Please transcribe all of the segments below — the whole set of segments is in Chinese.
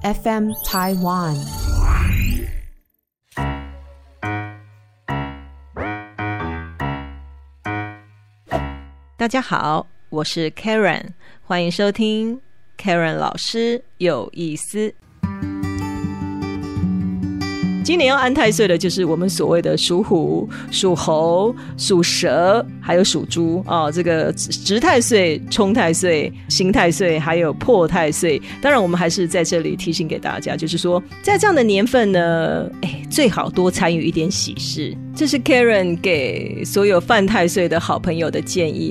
FM Taiwan。 大家好，我是 Karen， 欢迎收听 Karen 老师有意思。今年要安太岁的就是我们所谓的属虎、属猴、属蛇还有属猪这个值太岁、冲太岁、刑太岁还有破太岁。当然我们还是在这里提醒给大家，就是说在这样的年份呢，最好多参与一点喜事，这是 Karen 给所有犯太岁的好朋友的建议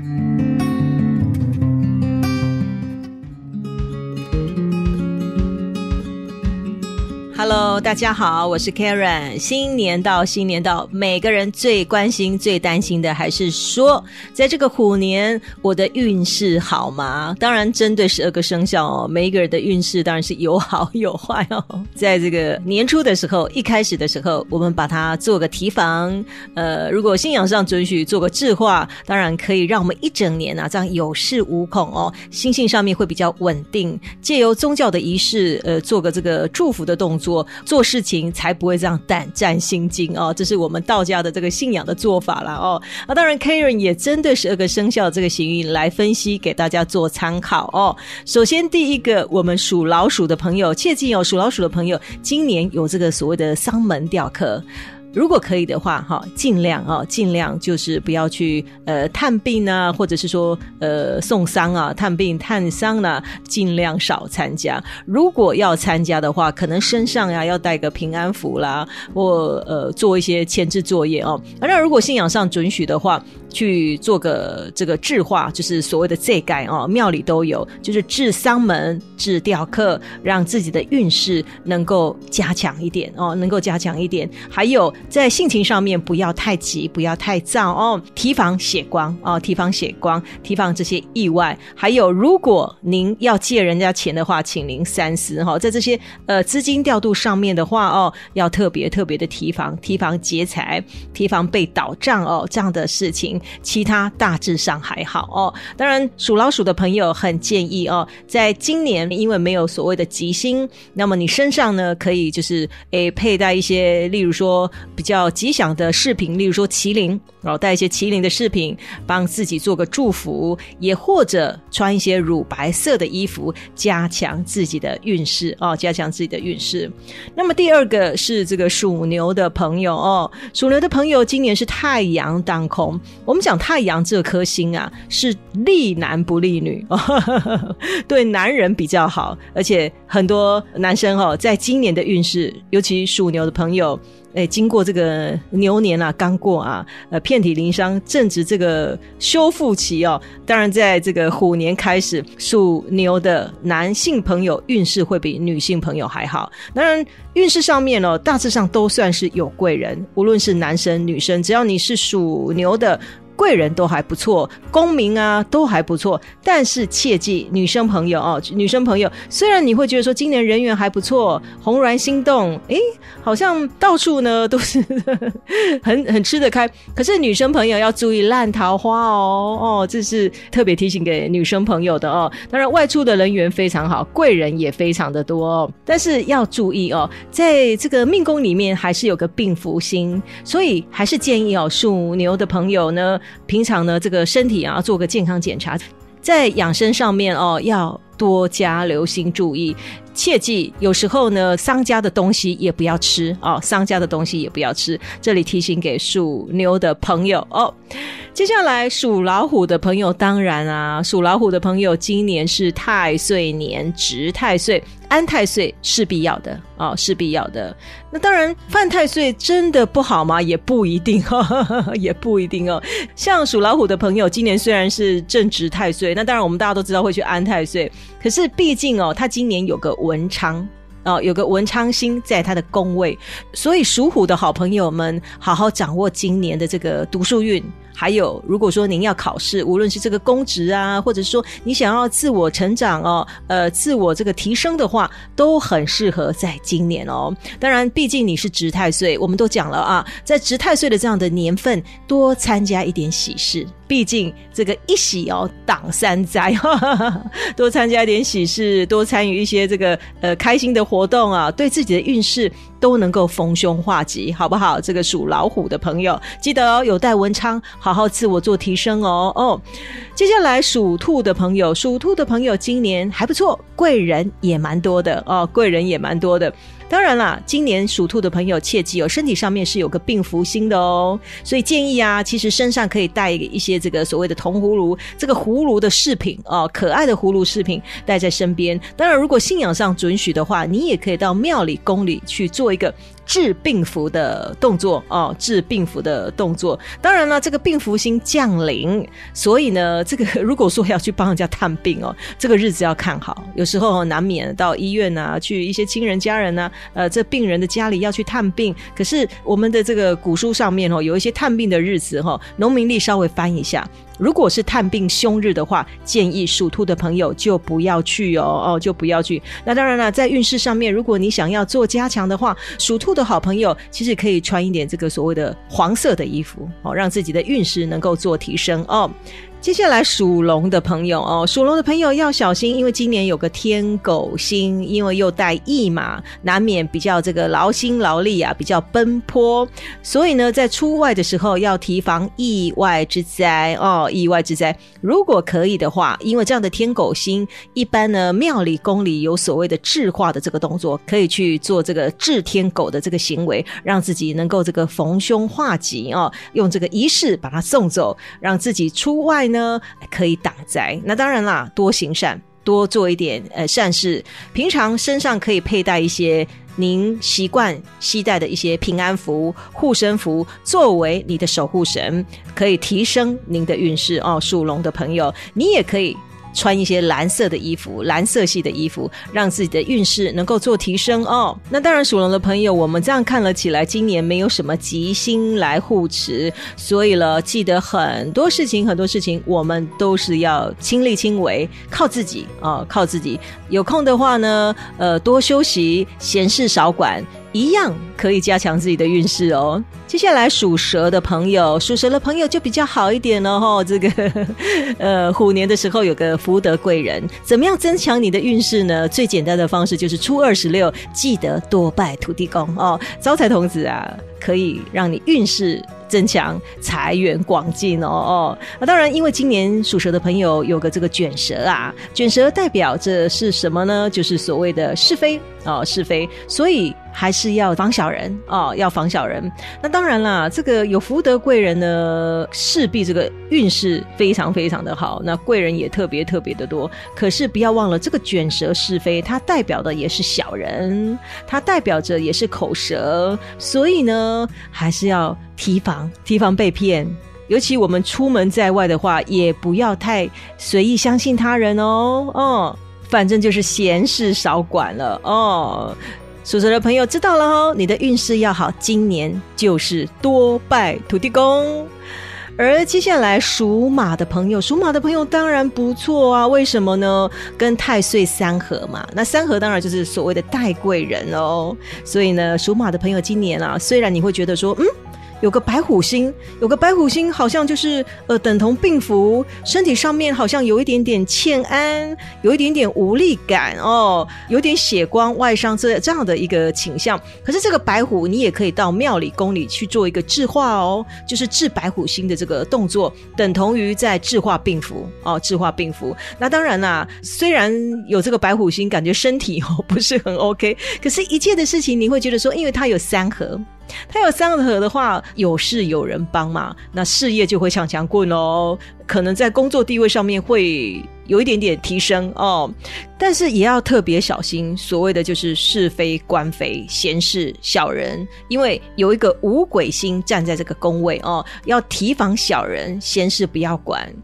Hello， 大家好，我是 Karen。新年到，每个人最关心、最担心的还是说，在这个虎年，我的运势好吗？当然，针对12个生肖每一个人的运势当然是有好有坏在这个年初的时候，一开始的时候，我们把它做个提防。如果信仰上准许做个制化，当然可以让我们一整年这样有恃无恐心性上面会比较稳定。借由宗教的仪式，做个这个祝福的动作。做事情才不会这样胆战心惊这是我们道家的这个信仰的做法啦当然 Karen 也针对12个生肖这个行运来分析给大家做参考首先第一个，我们属老鼠的朋友切记属老鼠的朋友今年有这个所谓的丧门吊客，如果可以的话尽量就是不要去探病或者是说送丧探病探丧尽量少参加。如果要参加的话，可能身上要带个平安符啦，或做一些前置作业那如果信仰上准许的话，去做个这个制化，就是所谓的祭改庙里都有，就是制丧门、制吊客，让自己的运势能够加强一点还有在性情上面不要太急，不要太躁提防血光提防这些意外。还有如果您要借人家钱的话，请您三思在这些资金调度上面的话要特别的提防劫财，提防被倒账这样的事情。其他大致上还好当然属老鼠的朋友很建议在今年因为没有所谓的吉星，那么你身上呢可以就是佩戴一些例如说比较吉祥的饰品，例如说麒麟带一些麒麟的饰品帮自己做个祝福，也或者穿一些乳白色的衣服加强自己的运势那么第二个是这个属牛的朋友属牛的朋友今年是太阳当空。我们讲太阳这颗星是利男不利女对男人比较好，而且很多男生在今年的运势，尤其属牛的朋友经过这个牛年刚过遍体鳞伤，正值这个修复期当然在这个虎年开始，属牛的男性朋友运势会比女性朋友还好。当然运势上面大致上都算是有贵人，无论是男生女生，只要你是属牛的，贵人都还不错，功名都还不错。但是切记女生朋友虽然你会觉得说今年人缘还不错，红鸾心动好像到处呢都是很吃得开，可是女生朋友要注意烂桃花这是特别提醒给女生朋友的当然外出的人缘非常好，贵人也非常的多但是要注意在这个命宫里面还是有个病符星，所以还是建议属牛的朋友呢，平常呢这个身体做个健康检查，在养生上面要多加留心注意。切记有时候呢丧家的东西也不要吃这里提醒给属牛的朋友接下来属老虎的朋友，当然属老虎的朋友今年是太岁年，值太岁，安太岁是必要的那当然犯太岁真的不好吗？也不一定像属老虎的朋友今年虽然是正值太岁，那当然我们大家都知道会去安太岁，可是毕竟他今年有个文昌有个文昌星在他的宫位，所以属虎的好朋友们好好掌握今年的这个读书运， 还有如果说您要考试，无论是这个公职啊，或者说你想要自我成长自我这个提升的话，都很适合在今年哦。当然毕竟你是值太岁，我们都讲了啊，在值太岁的这样的年份，多参加一点喜事，毕竟这个一喜挡三灾多参加一点喜事，多参与一些这个开心的活动啊，对自己的运势都能够逢凶化吉，好不好？这个属老虎的朋友记得有待文昌，好好自我做提升哦。接下来属兔的朋友，属兔的朋友今年还不错，贵人也蛮多的贵人也蛮多的。当然啦，今年属兔的朋友切记身体上面是有个病符星的所以建议啊，其实身上可以带一些这个所谓的铜葫芦，这个葫芦的饰品可爱的葫芦饰品带在身边。当然如果信仰上准许的话，你也可以到庙里宫里去做一个治病符的动作治病符的动作。当然了，这个病符星降临，所以呢这个如果说要去帮人家探病这个日子要看好，有时候难免到医院啊，去一些亲人家人啊这病人的家里要去探病，可是我们的这个古书上面有一些探病的日子农民历稍微翻一下，如果是探病凶日的话，建议属兔的朋友就不要去就不要去。那当然了，在运势上面，如果你想要做加强的话，属兔的好朋友其实可以穿一点这个所谓的黄色的衣服让自己的运势能够做提升接下来属龙的朋友属龙的朋友要小心，因为今年有个天狗星，因为又带驿马，难免比较这个劳心劳力啊，比较奔波，所以呢在出外的时候要提防意外之灾意外之灾。如果可以的话，因为这样的天狗星，一般呢庙里宫里有所谓的制化的这个动作，可以去做这个制天狗的这个行为，让自己能够这个逢凶化吉用这个仪式把它送走，让自己出外呢可以挡灾。那当然啦，多行善，多做一点善事，平常身上可以佩戴一些您习惯携带的一些平安符、护身符，作为你的守护神，可以提升您的运势属龙的朋友，你也可以穿一些蓝色的衣服，蓝色系的衣服，让自己的运势能够做提升那当然属龙的朋友，我们这样看了起来，今年没有什么吉星来护持，所以了记得很多事情我们都是要亲力亲为，靠自己靠自己。有空的话呢多休息，闲事少管，一样可以加强自己的运势接下来属蛇的朋友，属蛇的朋友就比较好一点这个虎年的时候有个福德贵人，怎么样增强你的运势呢？最简单的方式就是初26记得多拜土地公招财童子啊，可以让你运势增强，财源广进当然因为今年属蛇的朋友有个这个卷舌啊，卷舌代表着是什么呢？就是所谓的是非是非，所以还是要防小人要防小人。那当然啦，这个有福德贵人呢，势必这个运势非常非常的好，那贵人也特别特别的多。可是不要忘了，这个卷舌是非它代表的也是小人，它代表着也是口舌，所以呢还是要提防被骗。尤其我们出门在外的话，也不要太随意相信他人反正就是闲事少管了属蛇的朋友知道了你的运势要好，今年就是多拜土地公。而接下来属马的朋友，属马的朋友当然不错啊，为什么呢？跟太岁三合嘛，那三合当然就是所谓的带贵人所以呢属马的朋友今年啊，虽然你会觉得说有个白虎星好像就是等同病符，身体上面好像有一点点欠安，有一点点无力感有点血光外伤这样的一个倾向。可是这个白虎你也可以到庙里宫里去做一个制化就是治白虎星的这个动作，等同于在制化病符制化病符。那当然啦，虽然有这个白虎星，感觉身体不是很 OK， 可是一切的事情你会觉得说，因为它有三合，他有三合的话，有事有人帮嘛，那事业就会强强棍可能在工作地位上面会有一点点提升但是也要特别小心所谓的就是是非官非闲事小人，因为有一个五鬼星站在这个宫位要提防小人，闲事不要管。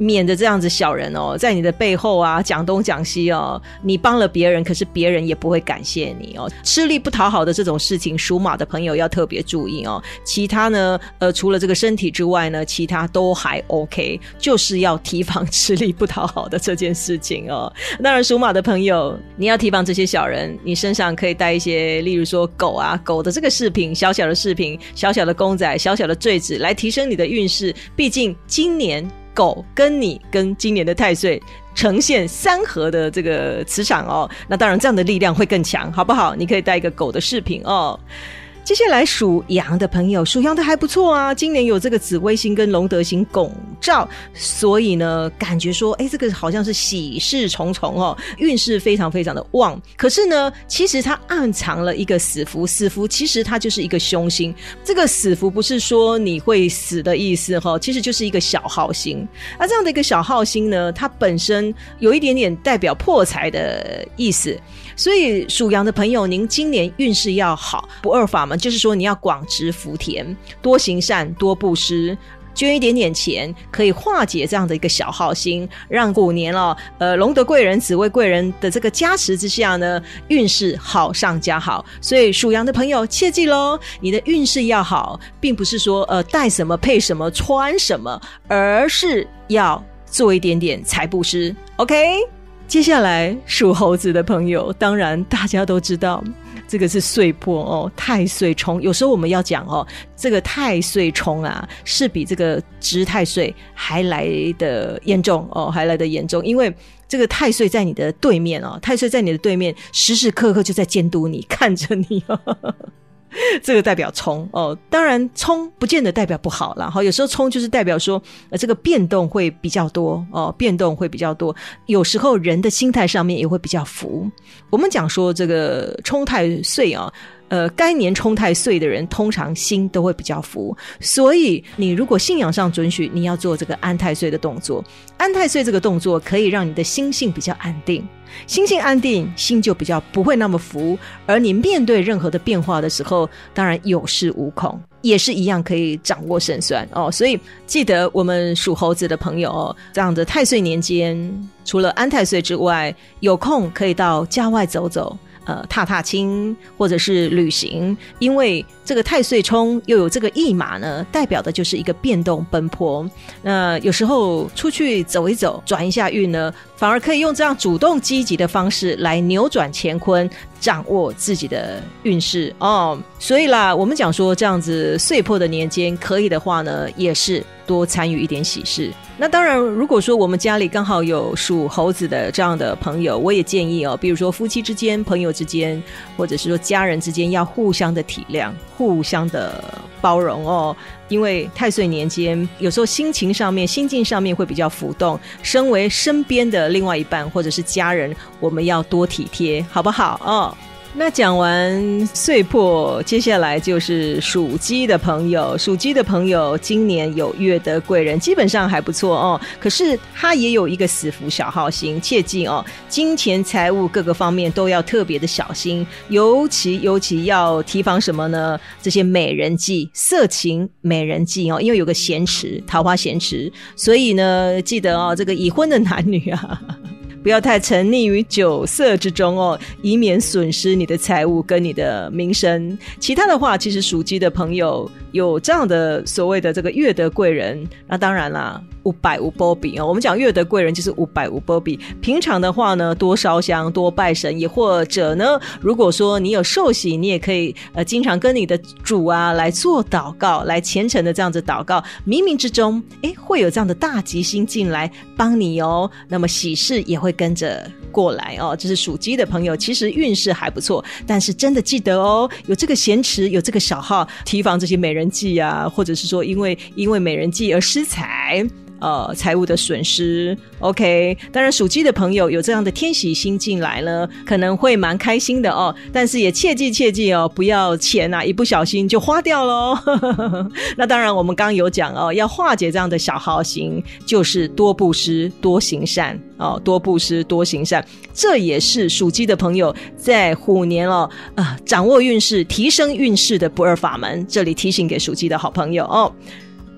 免得这样子小人哦，在你的背后啊讲东讲西哦，你帮了别人，可是别人也不会感谢你哦。吃力不讨好的这种事情，属马的朋友要特别注意哦。其他呢，除了这个身体之外呢，其他都还 OK， 就是要提防吃力不讨好的这件事情哦。当然，属马的朋友，你要提防这些小人，你身上可以带一些，例如说狗啊，狗的这个饰品，小小的饰品，小小的公仔，小小的坠子，来提升你的运势。毕竟今年狗跟你跟今年的太岁呈现三合的这个磁场哦，那当然这样的力量会更强，好不好？你可以带一个狗的饰品哦。接下来属羊的朋友，属羊的还不错啊，今年有这个紫微星跟龙德星拱照，所以呢感觉说这个好像是喜事重重哦，运势非常非常的旺。可是呢其实它暗藏了一个死符，死符其实它就是一个凶星，这个死符不是说你会死的意思哦，其实就是一个小耗星。而这样的一个小耗星呢，它本身有一点点代表破财的意思，所以属羊的朋友，您今年运势要好，不二法门就是说你要广植福田，多行善，多布施，捐一点点钱，可以化解这样的一个小耗星，让虎年龙德贵人、紫微贵人的这个加持之下呢，运势好上加好。所以属羊的朋友切记咯，你的运势要好，并不是说带什么配什么穿什么，而是要做一点点财布施 OK。接下来属猴子的朋友，当然大家都知道这个是岁破哦，太岁冲。有时候我们要讲哦，这个太岁冲啊，是比这个值太岁还来的严重哦，还来的严重。因为这个太岁在你的对面哦，太岁在你的对面，时时刻刻就在监督你，看着你哦。这个代表冲哦，当然冲不见得代表不好啦，有时候冲就是代表说这个变动会比较多哦，变动会比较多，有时候人的心态上面也会比较浮。我们讲说这个冲太岁啊，该年冲太岁的人通常心都会比较浮，所以你如果信仰上准许，你要做这个安太岁的动作。安太岁这个动作可以让你的心性比较安定，心性安定，心就比较不会那么浮，而你面对任何的变化的时候，当然有恃无恐，也是一样可以掌握胜算哦。所以记得我们属猴子的朋友哦，这样的太岁年间，除了安太岁之外，有空可以到郊外走走，踏踏青或者是旅行，因为这个太岁冲又有这个驿马呢，代表的就是一个变动奔波。那有时候出去走一走，转一下运呢，反而可以用这样主动积极的方式来扭转乾坤，掌握自己的运势哦。所以啦，我们讲说这样子岁破的年间，可以的话呢，也是多参与一点喜事。那当然如果说我们家里刚好有属猴子的这样的朋友，我也建议比如说夫妻之间、朋友之间，或者是说家人之间，要互相的体谅，互相的包容哦。因为太岁年间有时候心情上面、心境上面会比较浮动，身为身边的另外一半或者是家人，我们要多体贴，好不好哦？那讲完岁破，接下来就是属鸡的朋友。属鸡的朋友今年有月德贵人，基本上还不错哦。可是他也有一个死符小耗星，切记哦，金钱财务各个方面都要特别的小心，尤其要提防什么呢？这些美人计、色情美人计哦，因为有个咸池，桃花咸池，所以呢，记得哦，这个已婚的男女啊，不要太沉溺于酒色之中哦，以免损失你的财物跟你的名声。其他的话，其实属鸡的朋友有这样的所谓的这个月德贵人，那当然啦，五百无波比哦。我们讲月德贵人就是五百无波比。平常的话呢，多烧香，多拜神，也或者呢，如果说你有受洗，你也可以经常跟你的主啊来做祷告，来虔诚的这样子祷告，冥冥之中会有这样的大吉星进来帮你哦。那么喜事也会跟着过来哦。这是属鸡的朋友，其实运势还不错，但是真的记得哦，有这个咸池，有这个小号，提防这些美人计啊，或者是说因为美人计而失财。财务的损失 OK。 当然属鸡的朋友有这样的天喜星进来呢，可能会蛮开心的哦，但是也切记哦，不要钱啊一不小心就花掉咯那当然我们刚刚有讲哦，要化解这样的小耗星，就是多布施多行善哦，多布施多行善，这也是属鸡的朋友在虎年掌握运势提升运势的不二法门，这里提醒给属鸡的好朋友哦。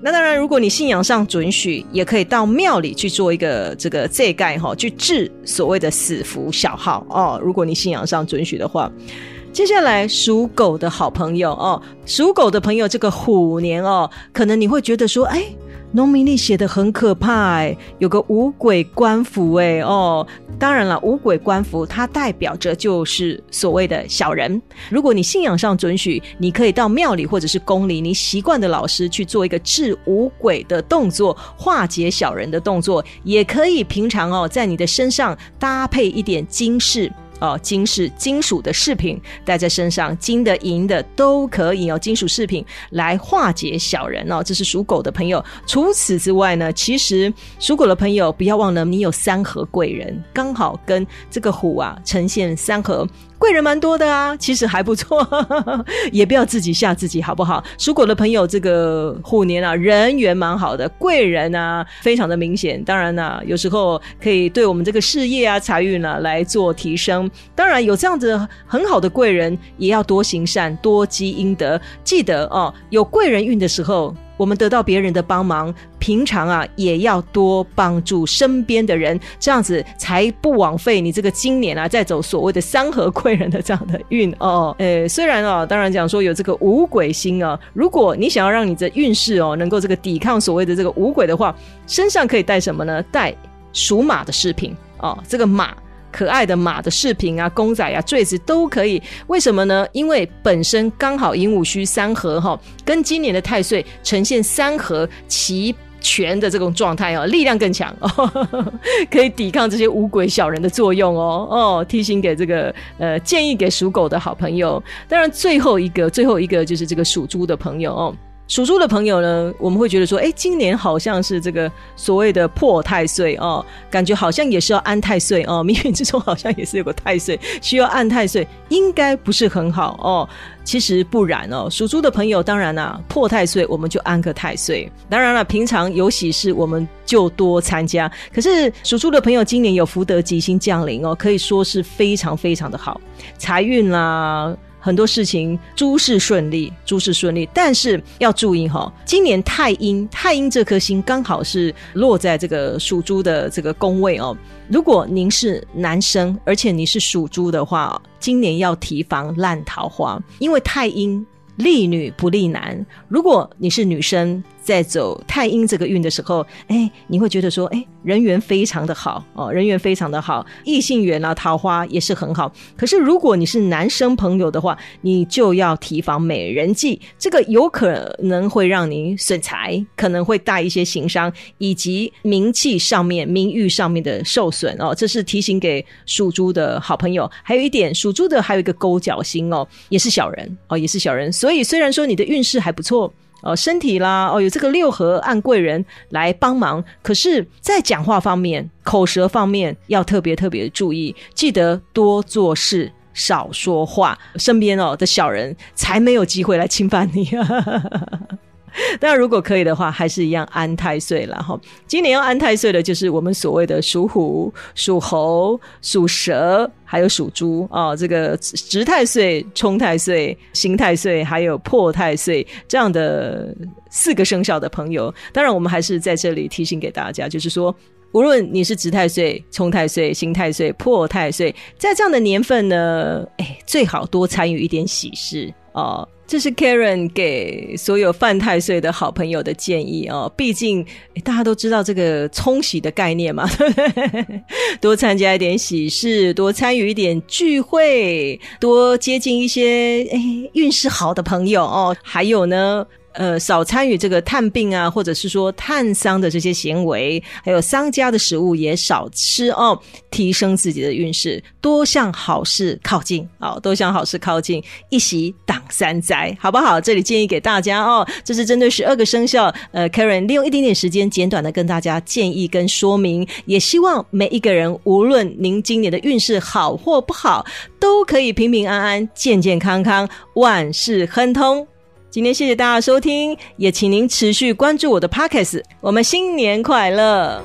那当然如果你信仰上准许，也可以到庙里去做一个这个祭盖去治所谓的死符小号如果你信仰上准许的话。接下来属狗的好朋友属狗的朋友，这个虎年可能你会觉得说农民历写得很可怕有个五鬼官符当然了，五鬼官符它代表着就是所谓的小人。如果你信仰上准许，你可以到庙里或者是宫里，你习惯的老师去做一个治五鬼的动作，化解小人的动作，也可以平常在你的身上搭配一点金饰金饰金属的饰品戴在身上，金的银的都可以金属饰品来化解小人这是属狗的朋友。除此之外呢，其实属狗的朋友不要忘了你有三合贵人，刚好跟这个虎呈现三合，贵人蛮多的其实还不错也不要自己吓自己好不好。属狗的朋友这个虎年人缘蛮好的，贵人非常的明显。当然有时候可以对我们这个事业财运来做提升。当然有这样子很好的贵人，也要多行善，多积阴德。记得有贵人运的时候，我们得到别人的帮忙，平常也要多帮助身边的人，这样子才不枉费你这个今年再走所谓的三合贵人的这样的运虽然当然讲说有这个五鬼星如果你想要让你的运势能够这个抵抗所谓的这个五鬼的话，身上可以带什么呢？带属马的饰品这个马可爱的马的饰品公仔坠子都可以。为什么呢？因为本身刚好寅午戌三合跟今年的太岁呈现三合齐全的这种状态力量更强可以抵抗这些五鬼小人的作用提醒给这个建议给属狗的好朋友。当然最后一个就是这个属猪的朋友属猪的朋友呢，我们会觉得说今年好像是这个所谓的破太岁感觉好像也是要安太岁冥冥之中好像也是有个太岁需要安太岁，应该不是很好其实不然属猪的朋友当然破太岁我们就安个太岁，当然平常有喜事我们就多参加。可是属猪的朋友今年有福德吉星降临可以说是非常非常的好，财运很多事情诸事顺利，但是要注意今年太阴这颗星刚好是落在这个属猪的这个宫位如果您是男生而且你是属猪的话今年要提防烂桃花，因为太阴利女不利男。如果你是女生在走太阴这个运的时候你会觉得说人缘非常的好人缘非常的好，异性缘桃花也是很好。可是如果你是男生朋友的话，你就要提防美人计，这个有可能会让你损财，可能会带一些刑伤以及名气上面名誉上面的受损这是提醒给属猪的好朋友。还有一点，属猪的还有一个勾角星也是小人也是小人。所以虽然说你的运势还不错身体啦有这个六合按贵人来帮忙，可是在讲话方面口舌方面要特别特别注意，记得多做事少说话，身边的小人才没有机会来侵犯你当然如果可以的话还是一样安太岁啦今年要安太岁的就是我们所谓的属虎、属猴、属蛇还有属猪这个值太岁、冲太岁、刑太岁还有破太岁这样的4个生肖的朋友。当然我们还是在这里提醒给大家，就是说无论你是值太岁、冲太岁、刑太岁、破太岁，在这样的年份呢最好多参与一点喜事这是 Karen 给所有犯太岁的好朋友的建议毕竟大家都知道这个冲喜的概念嘛对不对？多参加一点喜事，多参与一点聚会，多接近一些运势好的朋友还有呢少参与这个探病或者是说探丧的这些行为，还有丧家的食物也少吃提升自己的运势，多向好事靠近多向好事靠近，一喜挡三灾，好不好？这里建议给大家这是针对12个生肖Karen 利用一点点时间简短的跟大家建议跟说明，也希望每一个人无论您今年的运势好或不好，都可以平平安安、健健康康，万事亨通。今天谢谢大家收听，也请您持续关注我的 Podcast， 我们新年快乐。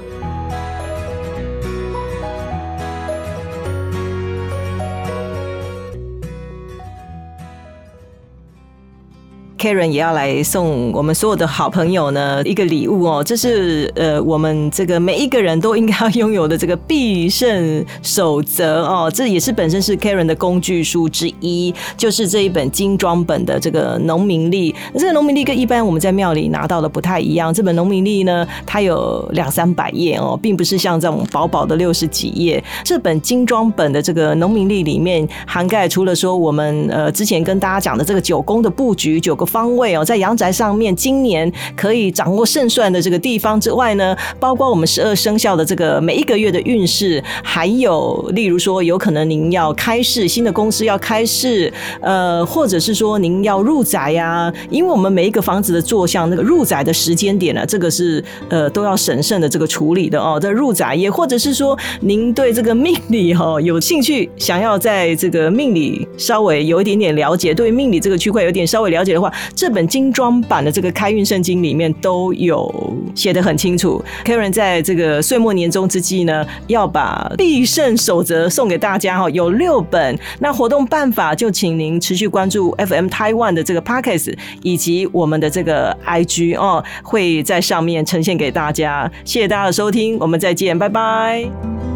Karen 也要来送我们所有的好朋友呢一个礼物哦，这是我们这个每一个人都应该要拥有的这个必胜守则哦，这也是本身是 Karen 的工具书之一，就是这一本精装本的这个农民历。这个农民历跟一般我们在庙里拿到的不太一样，这本农民历呢，它有200-300页哦，并不是像这种薄薄的60几页。这本精装本的这个农民历里面涵盖除了说我们之前跟大家讲的这个9宫的布局9个方位哦，在阳宅上面今年可以掌握胜算的这个地方之外呢，包括我们12生肖的这个每一个月的运势，还有例如说有可能您要开市，新的公司要开市，或者是说您要入宅啊，因为我们每一个房子的坐向那个入宅的时间点呢，这个是都要审慎的这个处理的哦。这入宅也或者是说您对这个命理有兴趣，想要在这个命理稍微有一点点了解，对命理这个区块有点稍微了解的话，这本精装版的这个开运圣经里面都有写得很清楚。 Karen 在这个岁末年终之际呢，要把必胜守则送给大家，有6本。那活动办法就请您持续关注 FM Taiwan 的这个 Podcast 以及我们的这个 IG 会在上面呈现给大家。谢谢大家的收听，我们再见，拜拜。